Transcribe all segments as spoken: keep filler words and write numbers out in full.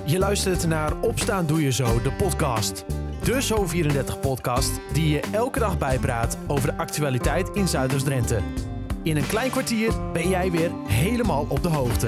Je luistert naar Opstaan Doe Je Zo, de podcast. De Zo vierendertig podcast die je elke dag bijpraat over de actualiteit in Zuidoost-Drenthe. In een klein kwartier ben jij weer helemaal op de hoogte.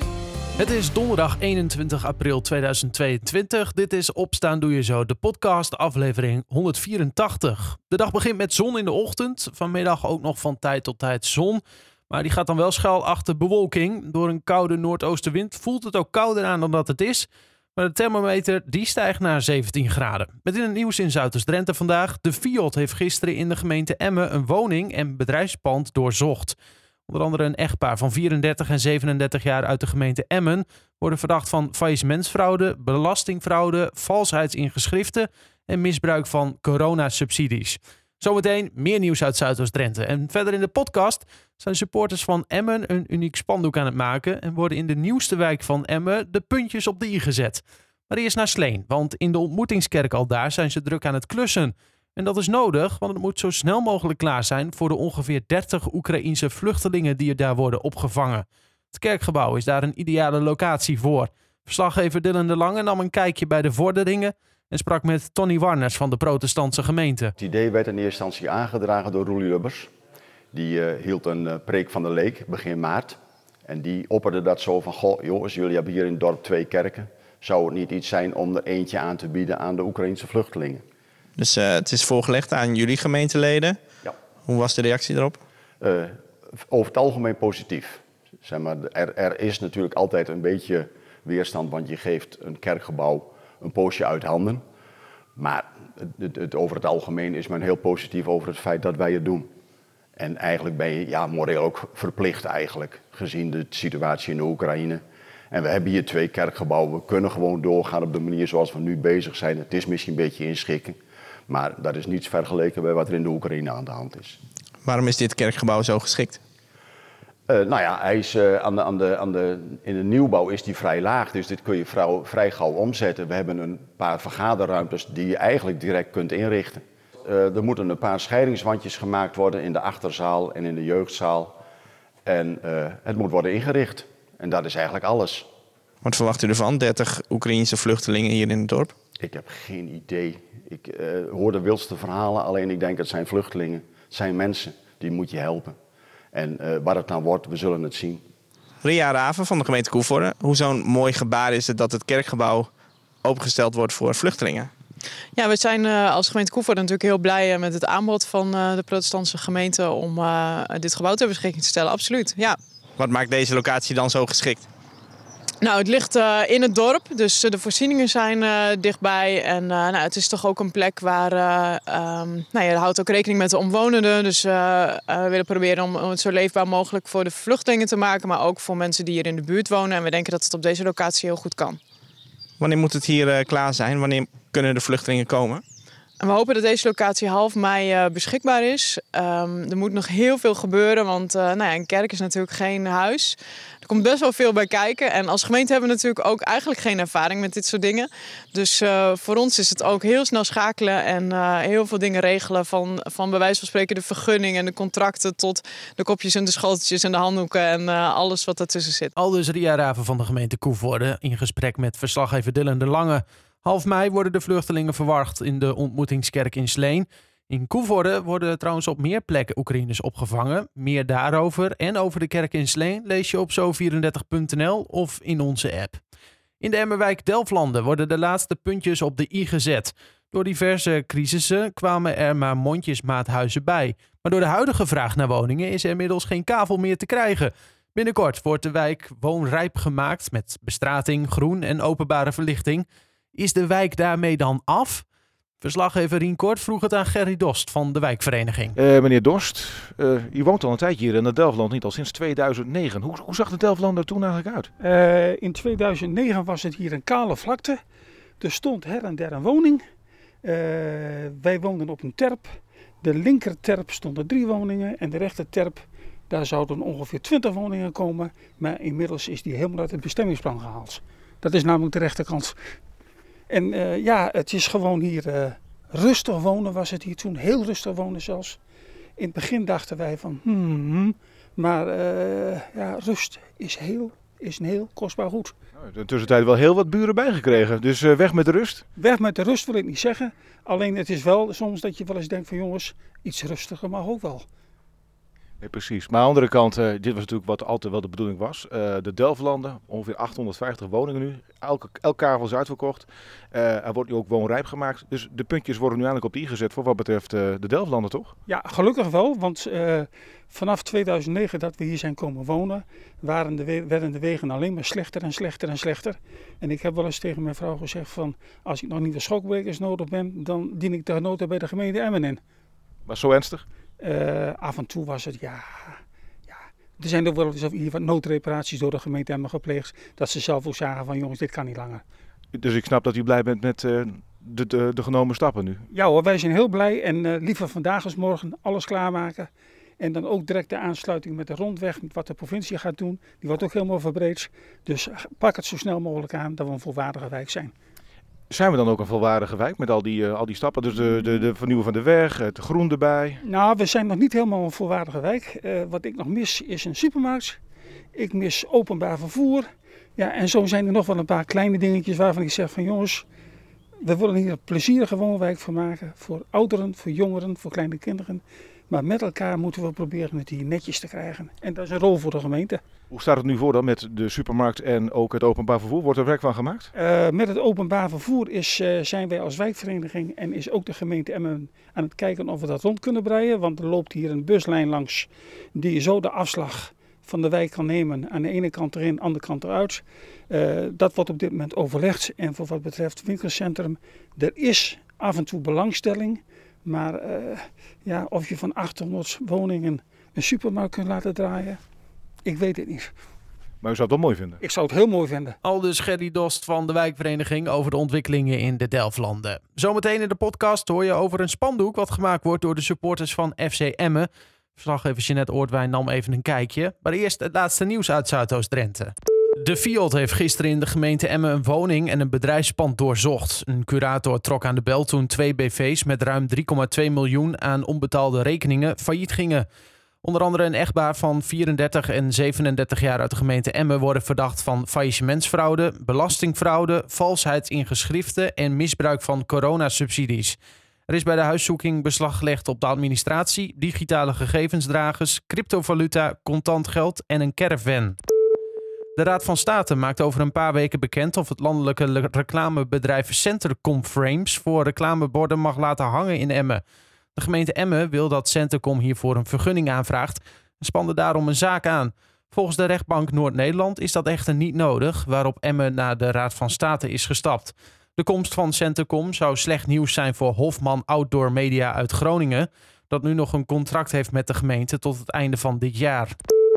Het is donderdag eenentwintig april tweeduizend tweeëntwintig. Dit is Opstaan Doe Je Zo, de podcast, aflevering honderdvierentachtig. De dag begint met zon in de ochtend. Vanmiddag ook nog van tijd tot tijd zon. Maar die gaat dan wel schuil achter bewolking. Door een koude noordoostenwind voelt het ook kouder aan dan dat het is. Maar de thermometer die stijgt naar zeventien graden. Met in het nieuws in Zuidoost-Drenthe vandaag. De Fiat heeft gisteren in de gemeente Emmen een woning- en bedrijfspand doorzocht. Onder andere een echtpaar van vierendertig en zevenendertig jaar uit de gemeente Emmen worden verdacht van faillissementsfraude, belastingfraude, valsheid in geschriften en misbruik van coronasubsidies. Zometeen meer nieuws uit Zuidoost-Drenthe. En verder in de podcast zijn supporters van Emmen een uniek spandoek aan het maken en worden in de nieuwste wijk van Emmen de puntjes op de i gezet. Maar eerst naar Sleen, want in de ontmoetingskerk al daar zijn ze druk aan het klussen. En dat is nodig, want het moet zo snel mogelijk klaar zijn voor de ongeveer dertig Oekraïense vluchtelingen die er daar worden opgevangen. Het kerkgebouw is daar een ideale locatie voor. Verslaggever Dylan de Lange nam een kijkje bij de vorderingen en sprak met Tony Warners van de protestantse gemeente. Het idee werd in eerste instantie aangedragen door Roelie Lubbers. Die uh, hield een uh, preek van de leek begin maart. En die opperde dat zo van, goh jongens, jullie hebben hier in het dorp twee kerken. Zou het niet iets zijn om er eentje aan te bieden aan de Oekraïense vluchtelingen? Dus uh, het is voorgelegd aan jullie gemeenteleden. Ja. Hoe was de reactie erop? Uh, over het algemeen positief. Zeg maar, er, er is natuurlijk altijd een beetje weerstand, want je geeft een kerkgebouw een poosje uit handen. Maar het, het, over het algemeen is men heel positief over het feit dat wij het doen. En eigenlijk ben je ja, moreel ook verplicht eigenlijk, gezien de situatie in de Oekraïne. En we hebben hier twee kerkgebouwen. We kunnen gewoon doorgaan op de manier zoals we nu bezig zijn. Het is misschien een beetje inschikken. Maar dat is niets vergeleken bij wat er in de Oekraïne aan de hand is. Waarom is dit kerkgebouw zo geschikt? Uh, nou ja, hij is, uh, aan de, aan de, aan de, in de nieuwbouw is die vrij laag. Dus dit kun je vrij, vrij gauw omzetten. We hebben een paar vergaderruimtes die je eigenlijk direct kunt inrichten. Uh, er moeten een paar scheidingswandjes gemaakt worden in de achterzaal en in de jeugdzaal. En uh, het moet worden ingericht. En dat is eigenlijk alles. Wat verwacht u ervan? dertig Oekraïense vluchtelingen hier in het dorp? Ik heb geen idee. Ik uh, hoor de wildste verhalen, alleen ik denk het zijn vluchtelingen. Het zijn mensen, die moet je helpen. En uh, wat het nou wordt, we zullen het zien. Ria Raven van de gemeente Koevoorde. Hoe zo'n mooi gebaar is het dat het kerkgebouw opengesteld wordt voor vluchtelingen? Ja, we zijn uh, als gemeente Koevoorde natuurlijk heel blij uh, met het aanbod van uh, de protestantse gemeente om uh, dit gebouw ter beschikking te stellen. Absoluut, ja. Wat maakt deze locatie dan zo geschikt? Nou, het ligt uh, in het dorp, dus uh, de voorzieningen zijn uh, dichtbij. En uh, nou, het is toch ook een plek waar, uh, um, nou ja, houdt ook rekening met de omwonenden. Dus uh, uh, we willen proberen om, om het zo leefbaar mogelijk voor de vluchtelingen te maken. Maar ook voor mensen die hier in de buurt wonen. En we denken dat het op deze locatie heel goed kan. Wanneer moet het hier uh, klaar zijn? Wanneer kunnen de vluchtelingen komen? En we hopen dat deze locatie half mei uh, beschikbaar is. Um, er moet nog heel veel gebeuren, want uh, nou ja, een kerk is natuurlijk geen huis. Er komt best wel veel bij kijken. En als gemeente hebben we natuurlijk ook eigenlijk geen ervaring met dit soort dingen. Dus uh, voor ons is het ook heel snel schakelen en uh, heel veel dingen regelen. Van, van bij wijze van spreken de vergunning en de contracten tot de kopjes en de schoteltjes en de handdoeken en uh, alles wat ertussen zit. Aldus Ria Raven van de gemeente Koevoorde in gesprek met verslaggever Dylan de Lange. Half mei worden de vluchtelingen verwacht in de ontmoetingskerk in Sleen. In Koevoorde worden trouwens op meer plekken Oekraïners opgevangen. Meer daarover en over de kerk in Sleen lees je op zo vierendertig punt n l of in onze app. In de Emmerwijk Delflanden worden de laatste puntjes op de i gezet. Door diverse crisissen kwamen er maar mondjesmaat huizen bij. Maar door de huidige vraag naar woningen is er inmiddels geen kavel meer te krijgen. Binnenkort wordt de wijk woonrijp gemaakt met bestrating, groen en openbare verlichting. Is de wijk daarmee dan af? Verslaggever Rien Kort vroeg het aan Gerry Dost van de wijkvereniging. Uh, meneer Dost, uh, u woont al een tijdje hier in het Delfland, niet al sinds tweeduizend negen. Hoe, hoe zag de Delfland er toen eigenlijk uit? Uh, in tweeduizend negen was het hier een kale vlakte. Er stond her en der een woning. Uh, wij woonden op een terp. De linker terp stonden drie woningen en de rechter terp, daar zouden ongeveer twintig woningen komen. Maar inmiddels is die helemaal uit het bestemmingsplan gehaald. Dat is namelijk de rechterkant. En uh, ja, het is gewoon hier uh, rustig wonen was het hier toen. Heel rustig wonen zelfs. In het begin dachten wij van, hmm, maar uh, ja, rust is heel is een heel kostbaar goed. Nou, in de tussentijd wel heel wat buren bijgekregen. Dus uh, weg met de rust. Weg met de rust wil ik niet zeggen. Alleen het is wel soms dat je wel eens denkt van jongens, iets rustiger mag ook wel. Nee, precies. Maar aan de andere kant, uh, dit was natuurlijk wat altijd wel de bedoeling was. Uh, de Delflanden, ongeveer achthonderdvijftig woningen nu. Elke, elk kavel is uitverkocht. Uh, er wordt nu ook woonrijp gemaakt. Dus de puntjes worden nu eigenlijk op ingezet voor wat betreft uh, de Delflanden, toch? Ja, gelukkig wel. Want uh, vanaf tweeduizend negen dat we hier zijn komen wonen, waren de we- werden de wegen alleen maar slechter en slechter en slechter. En ik heb wel eens tegen mijn vrouw gezegd van, als ik nog nieuwe schokbrekers nodig ben, dan dien ik de nota bij de gemeente Emmen in. Was zo ernstig? Uh, af en toe was het, ja, ja. Er zijn ook wel eens hier wat noodreparaties door de gemeente Emmen gepleegd. Dat ze zelf ook zagen van jongens, dit kan niet langer. Dus ik snap dat u blij bent met uh, de, de, de genomen stappen nu. Ja hoor, wij zijn heel blij en uh, liever vandaag als morgen alles klaarmaken. En dan ook direct de aansluiting met de rondweg, wat de provincie gaat doen. Die wordt ook helemaal verbreed. Dus pak het zo snel mogelijk aan dat we een volwaardige wijk zijn. Zijn we dan ook een volwaardige wijk met al die, uh, al die stappen? Dus de, de, de vernieuwen van de weg, het groen erbij? Nou, we zijn nog niet helemaal een volwaardige wijk. Uh, wat ik nog mis is een supermarkt. Ik mis openbaar vervoer. Ja, en zo zijn er nog wel een paar kleine dingetjes waarvan ik zeg van jongens, we willen hier een plezierige woonwijk van maken. Voor ouderen, voor jongeren, voor kleine kinderen. Maar met elkaar moeten we proberen het hier netjes te krijgen. En dat is een rol voor de gemeente. Hoe staat het nu voor dan met de supermarkt en ook het openbaar vervoer? Wordt er werk van gemaakt? Uh, met het openbaar vervoer is, uh, zijn wij als wijkvereniging en is ook de gemeente Emmen aan het kijken of we dat rond kunnen breien. Want er loopt hier een buslijn langs die zo de afslag van de wijk kan nemen. Aan de ene kant erin, aan de andere kant eruit. Uh, dat wordt op dit moment overlegd. En voor wat betreft het winkelcentrum, er is af en toe belangstelling. Maar uh, ja, of je van achthonderd woningen een supermarkt kunt laten draaien, ik weet het niet. Maar u zou het wel mooi vinden? Ik zou het heel mooi vinden. Aldus Gerry Dost van de wijkvereniging over de ontwikkelingen in de Delflanden. Zometeen in de podcast hoor je over een spandoek wat gemaakt wordt door de supporters van F C Emmen. Verslaggever Jeanette Oortwijn nam even een kijkje. Maar eerst het laatste nieuws uit Zuidoost-Drenthe. De Fiat heeft gisteren in de gemeente Emmen een woning en een bedrijfspand doorzocht. Een curator trok aan de bel toen twee B V's met ruim drie komma twee miljoen aan onbetaalde rekeningen failliet gingen. Onder andere een echtpaar van vierendertig en zevenendertig jaar uit de gemeente Emmen worden verdacht van faillissementsfraude, belastingfraude, valsheid in geschriften en misbruik van coronasubsidies. Er is bij de huiszoeking beslag gelegd op de administratie, digitale gegevensdragers, cryptovaluta, contant geld en een caravan. De Raad van State maakt over een paar weken bekend of het landelijke reclamebedrijf Centercom Frames voor reclameborden mag laten hangen in Emmen. De gemeente Emmen wil dat Centercom hiervoor een vergunning aanvraagt en spande daarom een zaak aan. Volgens de rechtbank Noord-Nederland is dat echter niet nodig, waarop Emmen naar de Raad van State is gestapt. De komst van Centercom zou slecht nieuws zijn voor Hofman Outdoor Media uit Groningen, dat nu nog een contract heeft met de gemeente tot het einde van dit jaar.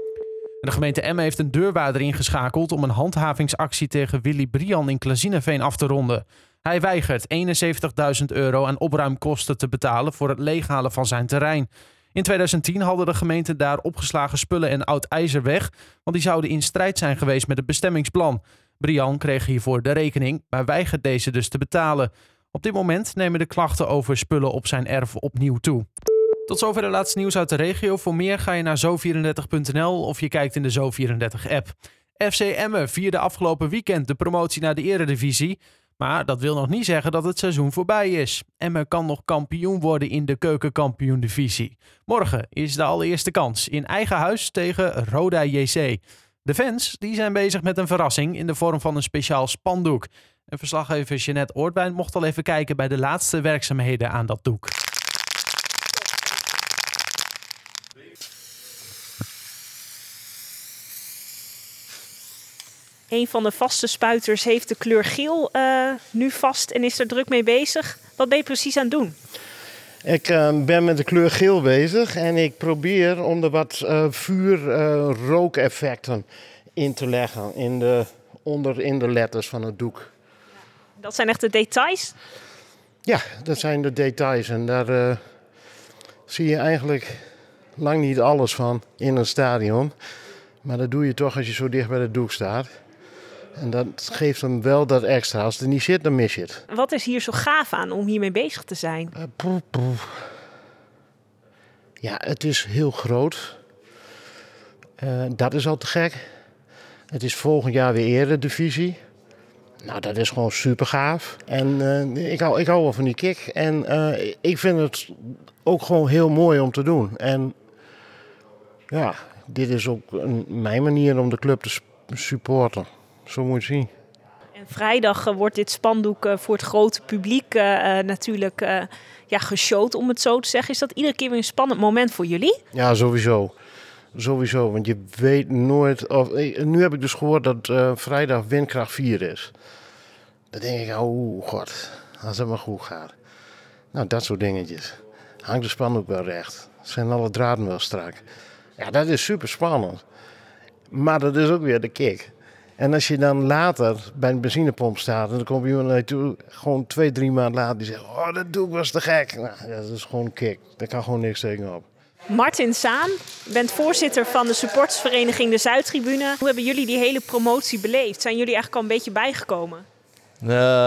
De gemeente Emmen heeft een deurwaarder ingeschakeld om een handhavingsactie tegen Willy Brian in Klazineveen af te ronden. Hij weigert eenenzeventigduizend euro aan opruimkosten te betalen voor het leeghalen van zijn terrein. In tweeduizend tien hadden de gemeenten daar opgeslagen spullen en oud ijzer weg, want die zouden in strijd zijn geweest met het bestemmingsplan. Brian kreeg hiervoor de rekening, maar weigert deze dus te betalen. Op dit moment nemen de klachten over spullen op zijn erf opnieuw toe. Tot zover de laatste nieuws uit de regio. Voor meer ga je naar zo vierendertig punt n l of je kijkt in de Zo vierendertig app. F C Emmen vierde afgelopen weekend de promotie naar de Eredivisie. Maar dat wil nog niet zeggen dat het seizoen voorbij is. Emmen kan nog kampioen worden in de Keukenkampioen-divisie. Morgen is de allereerste kans in eigen huis tegen Roda J C. De fans die zijn bezig met een verrassing in de vorm van een speciaal spandoek. En verslaggever Jeanette Oortwijn mocht al even kijken bij de laatste werkzaamheden aan dat doek. Een van de vaste spuiters heeft de kleur geel uh, nu vast en is er druk mee bezig. Wat ben je precies aan het doen? Ik uh, ben met de kleur geel bezig en ik probeer om er wat uh, vuur-rookeffecten uh, in te leggen in de, onder in de letters van het doek. Dat zijn echt de details? Ja, dat zijn de details en daar uh, zie je eigenlijk lang niet alles van in een stadion. Maar dat doe je toch als je zo dicht bij het doek staat. En dat geeft hem wel dat extra. Als het er niet zit, dan mis je het. Wat is hier zo gaaf aan om hiermee bezig te zijn? Uh, proef, proef. Ja, het is heel groot. Uh, dat is al te gek. Het is volgend jaar weer Eredivisie. Nou, dat is gewoon super gaaf. En uh, ik, hou, ik hou wel van die kick. En uh, ik vind het ook gewoon heel mooi om te doen. En ja, dit is ook een, mijn manier om de club te supporten. Zo moet je zien. En vrijdag uh, wordt dit spandoek uh, voor het grote publiek uh, uh, natuurlijk uh, ja, geshowd, om het zo te zeggen. Is dat iedere keer weer een spannend moment voor jullie? Ja, sowieso. Sowieso, want je weet nooit... Of, nu heb ik dus gehoord dat uh, vrijdag windkracht vier is. Dan denk ik, oh god, als het maar goed gaat. Nou, dat soort dingetjes. Hangt de spandoek wel recht? Zijn alle draden wel strak? Ja, dat is super spannend. Maar dat is ook weer de kick. En als je dan later bij een benzinepomp staat en dan komt iemand naar je toe, gewoon twee, drie maanden later, die zegt, oh, dat doe ik was te gek. Nou, dat is gewoon kick. Daar kan gewoon niks tegenop. Martin Zaan, bent voorzitter van de supportersvereniging De Zuidtribune. Hoe hebben jullie die hele promotie beleefd? Zijn jullie eigenlijk al een beetje bijgekomen? Uh,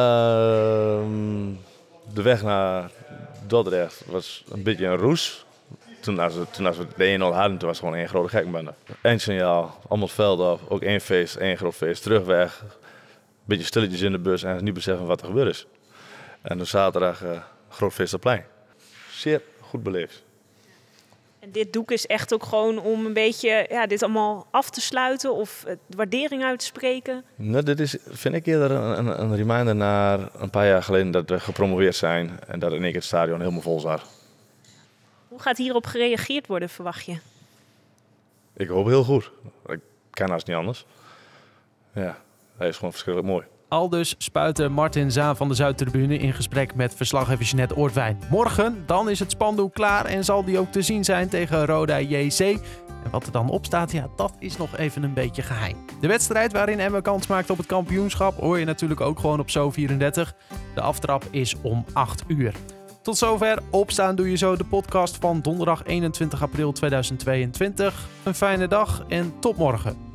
de weg naar Dordrecht was een beetje een roes. Toen als we, toen als we de één nul hadden, toen was het gewoon één grote gekkenbende. Eindsignaal, allemaal het veld af, ook één feest, één groot feest, terugweg. Een beetje stilletjes in de bus en niet beseffen wat er gebeurd is. En dus zaterdag uh, groot feest op plein. Zeer goed beleefd. En dit doek is echt ook gewoon om een beetje ja, dit allemaal af te sluiten of waardering uit te spreken? Nou, dit is, vind ik eerder een, een, een reminder naar een paar jaar geleden dat we gepromoveerd zijn en dat in één keer het stadion helemaal vol zat. Hoe gaat hierop gereageerd worden, verwacht je? Ik hoop heel goed. Ik kan haast niet anders. Ja, hij is gewoon verschrikkelijk mooi. Aldus spuiten Martin Zaan van de Zuidtribune in gesprek met verslaggever Jeanette Oortwijn. Morgen dan is het spandoek klaar en zal die ook te zien zijn tegen Roda J C. En wat er dan op staat, ja, dat is nog even een beetje geheim. De wedstrijd waarin Emmen kans maakt op het kampioenschap hoor je natuurlijk ook gewoon op Zo vierendertig. De aftrap is om acht uur. Tot zover Opstaan Doe Je Zo, de podcast van donderdag eenentwintig april tweeduizend tweeëntwintig. Een fijne dag en tot morgen.